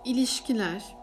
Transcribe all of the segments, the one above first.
İlişkiler.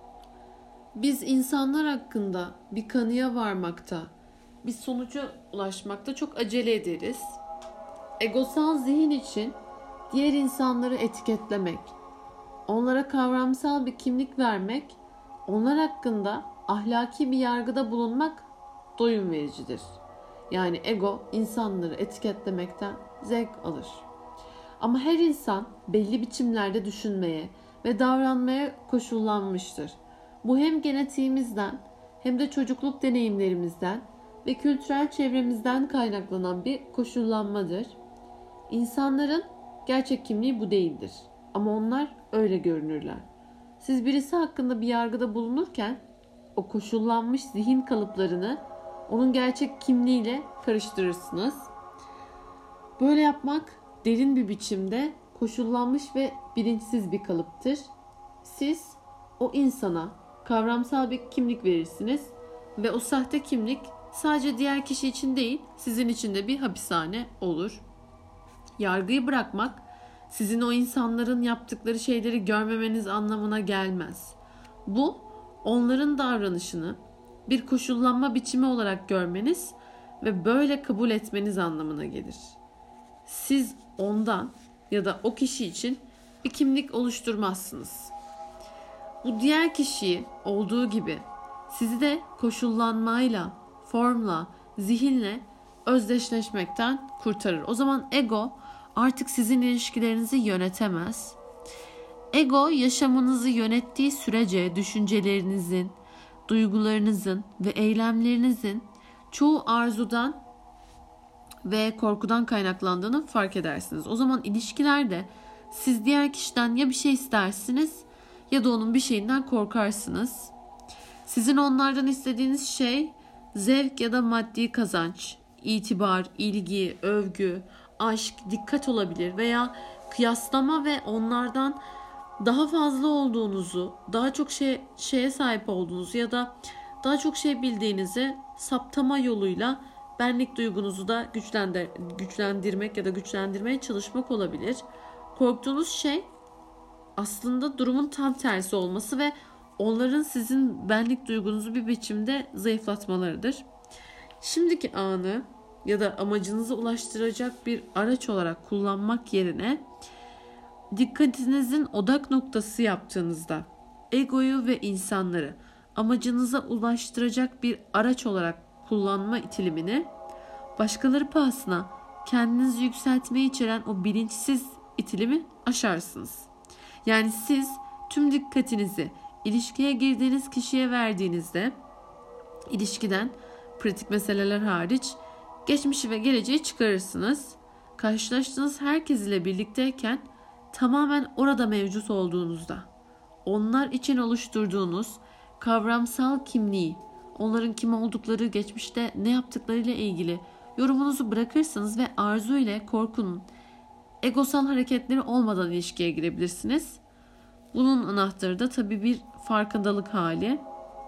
Biz insanlar hakkında bir kanıya varmakta, bir sonuca ulaşmakta çok acele ederiz. Egosal zihin için diğer insanları etiketlemek, onlara kavramsal bir kimlik vermek, onlar hakkında ahlaki bir yargıda bulunmak doyum vericidir. Yani ego insanları etiketlemekten zevk alır. Ama her insan belli biçimlerde düşünmeye ve davranmaya koşullanmıştır. Bu hem genetiğimizden hem de çocukluk deneyimlerimizden ve kültürel çevremizden kaynaklanan bir koşullanmadır. İnsanların gerçek kimliği bu değildir. Ama onlar öyle görünürler. Siz birisi hakkında bir yargıda bulunurken o koşullanmış zihin kalıplarını onun gerçek kimliğiyle karıştırırsınız. Böyle yapmak derin bir biçimde koşullanmış ve bilinçsiz bir kalıptır. Siz o insana kavramsal bir kimlik verirsiniz ve o sahte kimlik sadece diğer kişi için değil, sizin için de bir hapishane olur. Yargıyı bırakmak, sizin o insanların yaptıkları şeyleri görmemeniz anlamına gelmez. Bu, onların davranışını bir koşullanma biçimi olarak görmeniz ve böyle kabul etmeniz anlamına gelir. Siz ondan ya da o kişi için bir kimlik oluşturmazsınız. Bu diğer kişiyi olduğu gibi sizi de koşullanmayla, formla, zihinle özdeşleşmekten kurtarır. O zaman ego artık sizin ilişkilerinizi yönetemez. Ego yaşamınızı yönettiği sürece düşüncelerinizin, duygularınızın ve eylemlerinizin çoğu arzudan ve korkudan kaynaklandığını fark edersiniz. O zaman ilişkilerde siz diğer kişiden ya bir şey istersiniz ya da onun bir şeyinden korkarsınız. Sizin onlardan istediğiniz şey zevk ya da maddi kazanç, itibar, ilgi, övgü, aşk, dikkat olabilir veya kıyaslama ve onlardan daha fazla olduğunuzu, daha çok şeye sahip olduğunuzu ya da daha çok şey bildiğinizi saptama yoluyla benlik duygunuzu da güçlendirmek ya da güçlendirmeye çalışmak olabilir. Korktuğunuz şey aslında durumun tam tersi olması ve onların sizin benlik duygunuzu bir biçimde zayıflatmalarıdır. Şimdiki anı ya da amacınıza ulaştıracak bir araç olarak kullanmak yerine dikkatinizin odak noktası yaptığınızda egoyu ve insanları amacınıza ulaştıracak bir araç olarak kullanma itilimini başkaları pahasına kendinizi yükseltmeye içeren o bilinçsiz itilimi aşarsınız. Yani siz tüm dikkatinizi ilişkiye girdiğiniz kişiye verdiğinizde ilişkiden pratik meseleler hariç geçmişi ve geleceği çıkarırsınız. Karşılaştığınız herkes ile birlikteyken tamamen orada mevcut olduğunuzda onlar için oluşturduğunuz kavramsal kimliği, onların kim oldukları, geçmişte ne yaptıklarıyla ilgili yorumunuzu bırakırsınız ve arzu ile korkunun egosal hareketleri olmadan ilişkiye girebilirsiniz. Bunun anahtarı da tabii bir farkındalık hali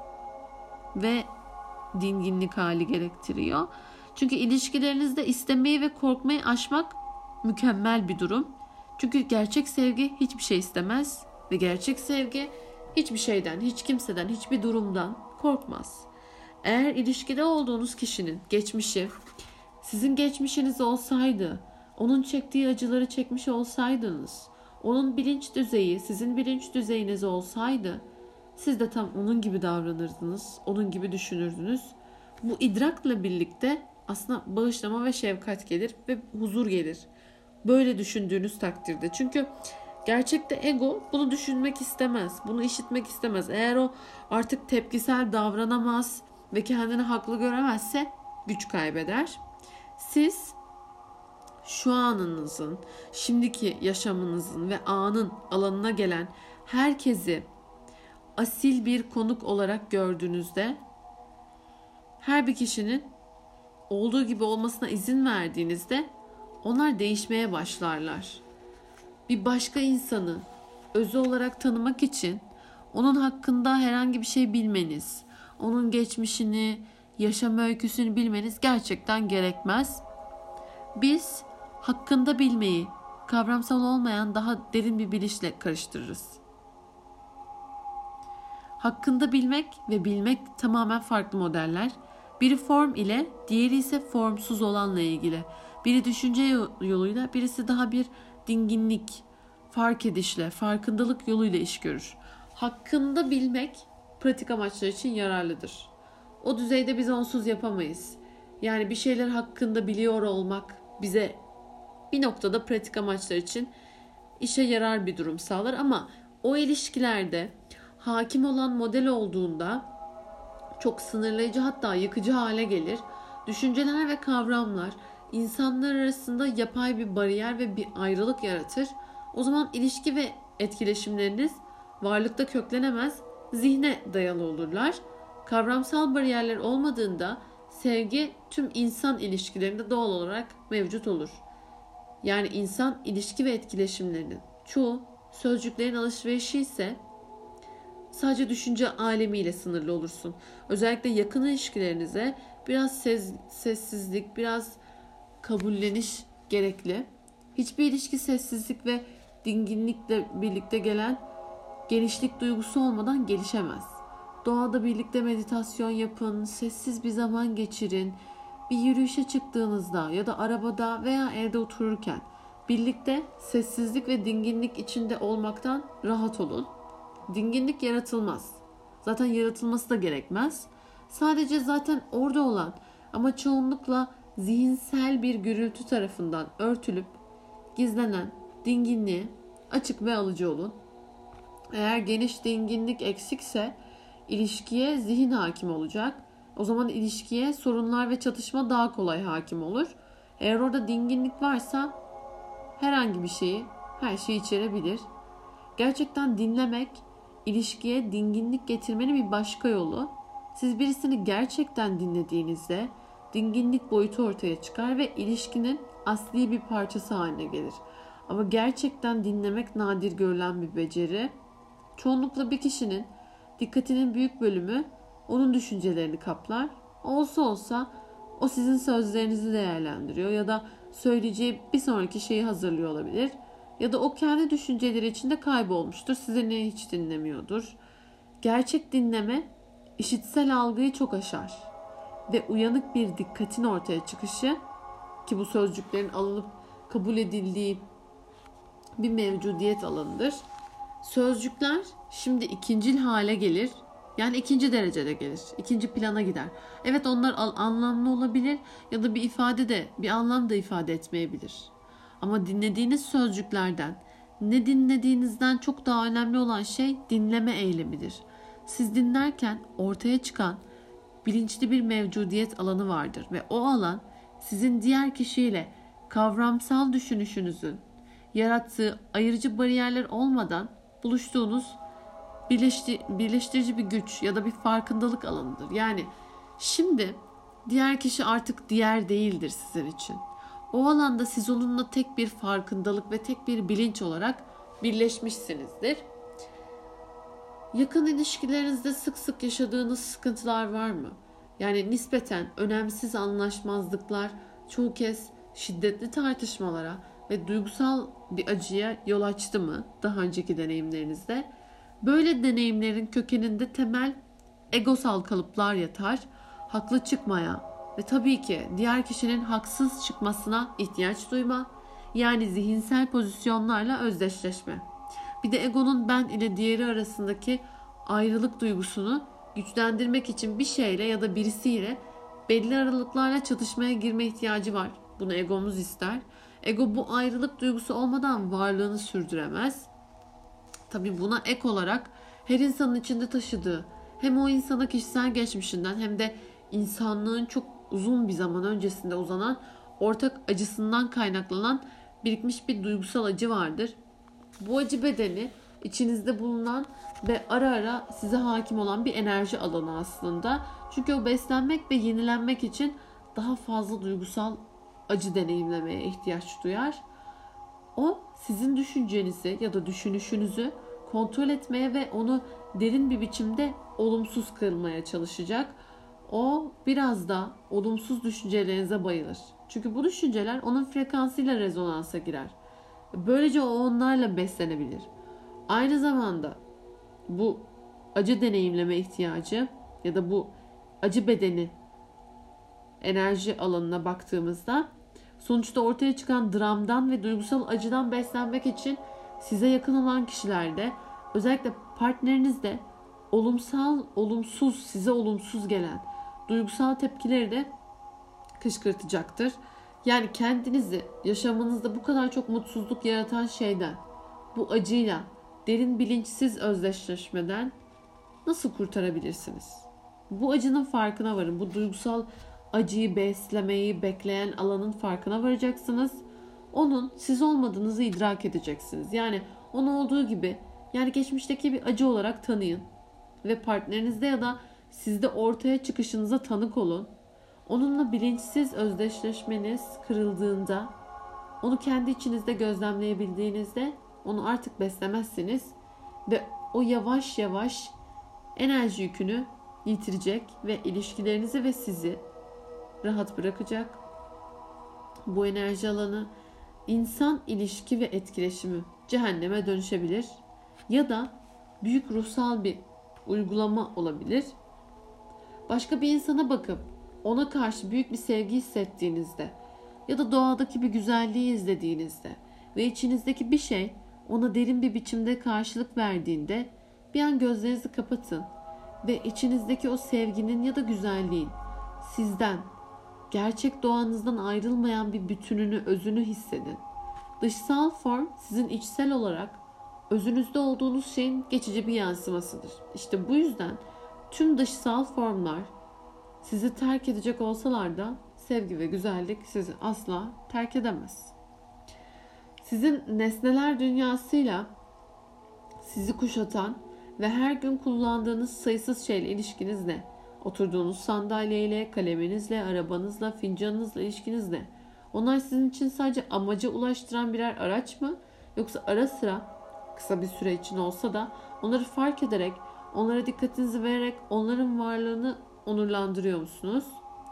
ve dinginlik hali gerektiriyor. Çünkü ilişkilerinizde istemeyi ve korkmayı aşmak mükemmel bir durum. Çünkü gerçek sevgi hiçbir şey istemez ve gerçek sevgi hiçbir şeyden, hiç kimseden, hiçbir durumdan korkmaz. Eğer ilişkide olduğunuz kişinin geçmişi sizin geçmişiniz olsaydı, onun çektiği acıları çekmiş olsaydınız, onun bilinç düzeyi sizin bilinç düzeyiniz olsaydı, siz de tam onun gibi davranırdınız, onun gibi düşünürdünüz. Bu idrakla birlikte aslında bağışlama ve şefkat gelir ve huzur gelir. Böyle düşündüğünüz takdirde. Çünkü gerçekte ego bunu düşünmek istemez, bunu işitmek istemez. Eğer o artık tepkisel davranamaz ve kendini haklı göremezse güç kaybeder. Siz şu anınızın, şimdiki yaşamınızın ve anın alanına gelen herkesi asil bir konuk olarak gördüğünüzde her bir kişinin olduğu gibi olmasına izin verdiğinizde onlar değişmeye başlarlar. Bir başka insanı özü olarak tanımak için onun hakkında herhangi bir şey bilmeniz, onun geçmişini, yaşam öyküsünü bilmeniz gerçekten gerekmez. Biz hakkında bilmeyi kavramsal olmayan daha derin bir bilinçle karıştırırız. Hakkında bilmek ve bilmek tamamen farklı modeller. Biri form ile, diğeri ise formsuz olanla ilgili. Biri düşünce yoluyla, birisi daha bir dinginlik, fark edişle, farkındalık yoluyla iş görür. Hakkında bilmek pratik amaçlar için yararlıdır. O düzeyde biz onsuz yapamayız. Yani bir şeyler hakkında biliyor olmak bize bir noktada pratik amaçlar için işe yarar bir durum sağlar ama o ilişkilerde hakim olan model olduğunda çok sınırlayıcı, hatta yıkıcı hale gelir. Düşünceler ve kavramlar insanlar arasında yapay bir bariyer ve bir ayrılık yaratır. O zaman ilişki ve etkileşimleriniz varlıkta köklenemez, zihne dayalı olurlar. Kavramsal bariyerler olmadığında sevgi tüm insan ilişkilerinde doğal olarak mevcut olur. Yani insan ilişki ve etkileşimlerinin çoğu sözcüklerin alışverişi ise sadece düşünce alemiyle sınırlı olursun. Özellikle yakın ilişkilerinize biraz sessizlik, biraz kabulleniş gerekli. Hiçbir ilişki sessizlik ve dinginlikle birlikte gelen genişlik duygusu olmadan gelişemez. Doğada birlikte meditasyon yapın, sessiz bir zaman geçirin. Bir yürüyüşe çıktığınızda ya da arabada veya evde otururken birlikte sessizlik ve dinginlik içinde olmaktan rahat olun. Dinginlik yaratılmaz. Zaten yaratılması da gerekmez. Sadece zaten orada olan ama çoğunlukla zihinsel bir gürültü tarafından örtülüp gizlenen dinginliğe açık ve alıcı olun. Eğer geniş dinginlik eksikse ilişkiye zihin hakim olacak. O zaman ilişkiye sorunlar ve çatışma daha kolay hakim olur. Eğer orada dinginlik varsa herhangi bir şeyi, her şeyi içerebilir. Gerçekten dinlemek, ilişkiye dinginlik getirmenin bir başka yolu. Siz birisini gerçekten dinlediğinizde dinginlik boyutu ortaya çıkar ve ilişkinin asli bir parçası haline gelir. Ama gerçekten dinlemek nadir görülen bir beceri. Çoğunlukla bir kişinin dikkatinin büyük bölümü onun düşüncelerini kaplar. Olsa olsa o sizin sözlerinizi değerlendiriyor ya da söyleyeceği bir sonraki şeyi hazırlıyor olabilir. Ya da o kendi düşünceleri içinde kaybolmuştur. Sizi hiç dinlemiyordur. Gerçek dinleme işitsel algıyı çok aşar. Ve uyanık bir dikkatin ortaya çıkışı, ki bu sözcüklerin alınıp kabul edildiği bir mevcudiyet alanıdır. Sözcükler şimdi ikincil hale gelir. Yani ikinci derecede gelir. İkinci plana gider. Evet, onlar anlamlı olabilir ya da bir ifade de bir anlam da ifade etmeyebilir. Ama dinlediğiniz sözcüklerden ne dinlediğinizden çok daha önemli olan şey dinleme eylemidir. Siz dinlerken ortaya çıkan bilinçli bir mevcudiyet alanı vardır ve o alan sizin diğer kişiyle kavramsal düşünüşünüzün yarattığı ayırıcı bariyerler olmadan buluştuğunuz birleştirici bir güç ya da bir farkındalık alanıdır. Yani şimdi diğer kişi artık diğer değildir sizin için. O alanda siz onunla tek bir farkındalık ve tek bir bilinç olarak birleşmişsinizdir. Yakın ilişkilerinizde sık sık yaşadığınız sıkıntılar var mı? Yani nispeten önemsiz anlaşmazlıklar çoğu kez şiddetli tartışmalara ve duygusal bir acıya yol açtı mı daha önceki deneyimlerinizde? Böyle deneyimlerin kökeninde temel egosal kalıplar yatar, haklı çıkmaya ve tabii ki diğer kişinin haksız çıkmasına ihtiyaç duyma, yani zihinsel pozisyonlarla özdeşleşme. Bir de egonun ben ile diğeri arasındaki ayrılık duygusunu güçlendirmek için bir şeyle ya da birisiyle belli aralıklarla çatışmaya girme ihtiyacı var. Bunu egomuz ister. Ego bu ayrılık duygusu olmadan varlığını sürdüremez. Tabii buna ek olarak her insanın içinde taşıdığı hem o insana kişisel geçmişinden hem de insanlığın çok uzun bir zaman öncesinde uzanan ortak acısından kaynaklanan birikmiş bir duygusal acı vardır. Bu acı bedeni içinizde bulunan ve ara ara size hakim olan bir enerji alanı aslında. Çünkü o beslenmek ve yenilenmek için daha fazla duygusal acı deneyimlemeye ihtiyaç duyar. O sizin düşüncenizi ya da düşünüşünüzü kontrol etmeye ve onu derin bir biçimde olumsuz kılmaya çalışacak. O biraz da olumsuz düşüncelerinize bayılır. Çünkü bu düşünceler onun frekansıyla rezonansa girer. Böylece o onlarla beslenebilir. Aynı zamanda bu acı deneyimleme ihtiyacı ya da bu acı bedeni enerji alanına baktığımızda sonuçta ortaya çıkan dramdan ve duygusal acıdan beslenmek için size yakın olan kişilerde, özellikle partnerinizde size olumsuz gelen duygusal tepkileri de kışkırtacaktır. Yani kendinizi yaşamınızda bu kadar çok mutsuzluk yaratan şeyden, bu acıyla, derin bilinçsiz özdeşleşmeden nasıl kurtarabilirsiniz? Bu acının farkına varın. Bu duygusal acıyı beslemeyi bekleyen alanın farkına varacaksınız. Onun siz olmadığınızı idrak edeceksiniz. Yani onu olduğu gibi, yani geçmişteki bir acı olarak tanıyın. Ve partnerinizde ya da sizde ortaya çıkışınıza tanık olun. Onunla bilinçsiz özdeşleşmeniz kırıldığında, onu kendi içinizde gözlemleyebildiğinizde onu artık beslemezsiniz. Ve o yavaş yavaş enerji yükünü yitirecek ve ilişkilerinizi ve sizi rahat bırakacak. Bu enerji alanı insan ilişki ve etkileşimi cehenneme dönüşebilir ya da büyük ruhsal bir uygulama olabilir. Başka bir insana bakıp ona karşı büyük bir sevgi hissettiğinizde ya da doğadaki bir güzelliği izlediğinizde ve içinizdeki bir şey ona derin bir biçimde karşılık verdiğinde bir an gözlerinizi kapatın ve içinizdeki o sevginin ya da güzelliğin sizden, gerçek doğanızdan ayrılmayan bir bütününü, özünü hissedin. Dışsal form sizin içsel olarak özünüzde olduğunuz şeyin geçici bir yansımasıdır. İşte bu yüzden tüm dışsal formlar sizi terk edecek olsalar da sevgi ve güzellik sizi asla terk edemez. Sizin nesneler dünyasıyla sizi kuşatan ve her gün kullandığınız sayısız şeyle ilişkiniz ne? Oturduğunuz sandalyeyle, kaleminizle, arabanızla, fincanınızla ilişkiniz ne? Onlar sizin için sadece amaca ulaştıran birer araç mı? Yoksa ara sıra, kısa bir süre için olsa da onları fark ederek, onlara dikkatinizi vererek onların varlığını onurlandırıyor musunuz?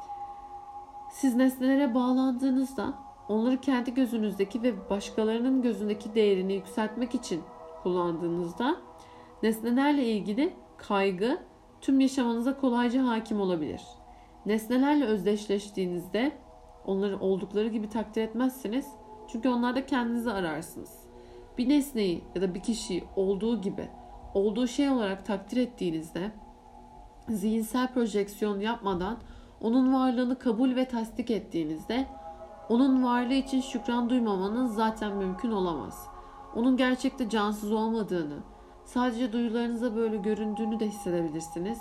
Siz nesnelere bağlandığınızda onları kendi gözünüzdeki ve başkalarının gözündeki değerini yükseltmek için kullandığınızda nesnelerle ilgili kaygı tüm yaşamınıza kolayca hakim olabilir. Nesnelerle özdeşleştiğinizde onları oldukları gibi takdir etmezsiniz. Çünkü onlarda kendinizi ararsınız. Bir nesneyi ya da bir kişiyi olduğu gibi, olduğu şey olarak takdir ettiğinizde zihinsel projeksiyon yapmadan onun varlığını kabul ve tasdik ettiğinizde onun varlığı için şükran duymamanız zaten mümkün olamaz. Onun gerçekte cansız olmadığını, sadece duyularınıza böyle göründüğünü de hissedebilirsiniz.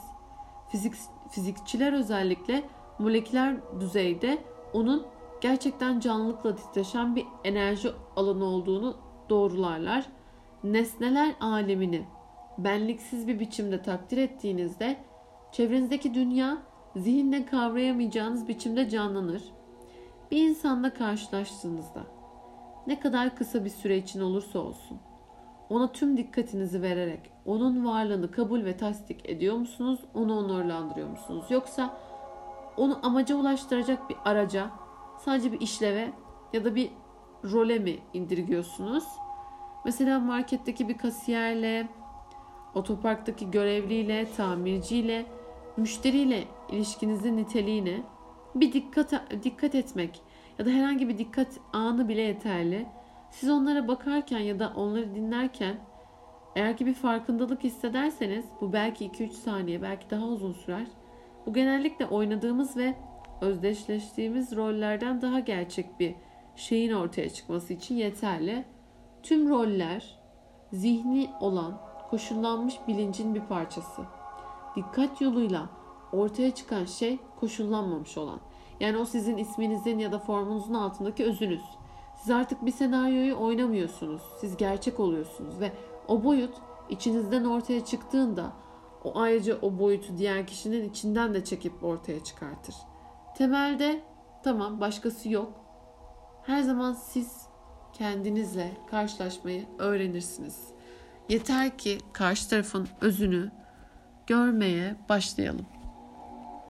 Fizikçiler özellikle moleküler düzeyde onun gerçekten canlılıkla titreşen bir enerji alanı olduğunu doğrularlar. Nesneler alemini benliksiz bir biçimde takdir ettiğinizde çevrenizdeki dünya zihinle kavrayamayacağınız biçimde canlanır. Bir insanla karşılaştığınızda ne kadar kısa bir süre için olursa olsun ona tüm dikkatinizi vererek onun varlığını kabul ve tasdik ediyor musunuz? Onu onurlandırıyor musunuz? Yoksa onu amaca ulaştıracak bir araca, sadece bir işleve ya da bir role mi indirgiyorsunuz? Mesela marketteki bir kasiyerle, otoparktaki görevliyle, tamirciyle, müşteriyle ilişkinizin niteliğine bir dikkat etmek ya da herhangi bir dikkat anı bile yeterli. Siz onlara bakarken ya da onları dinlerken eğer ki bir farkındalık hissederseniz bu belki 2-3 saniye, belki daha uzun sürer. Bu genellikle oynadığımız ve özdeşleştiğimiz rollerden daha gerçek bir şeyin ortaya çıkması için yeterli. Tüm roller zihni olan koşullanmış bilincin bir parçası. Dikkat yoluyla ortaya çıkan şey koşullanmamış olan. Yani o sizin isminizin ya da formunuzun altındaki özünüz. Siz artık bir senaryoyu oynamıyorsunuz. Siz gerçek oluyorsunuz ve o boyut içinizden ortaya çıktığında o ayrıca o boyutu diğer kişinin içinden de çekip ortaya çıkartır. Temelde tamam, başkası yok. Her zaman siz kendinizle karşılaşmayı öğrenirsiniz. Yeter ki karşı tarafın özünü görmeye başlayalım.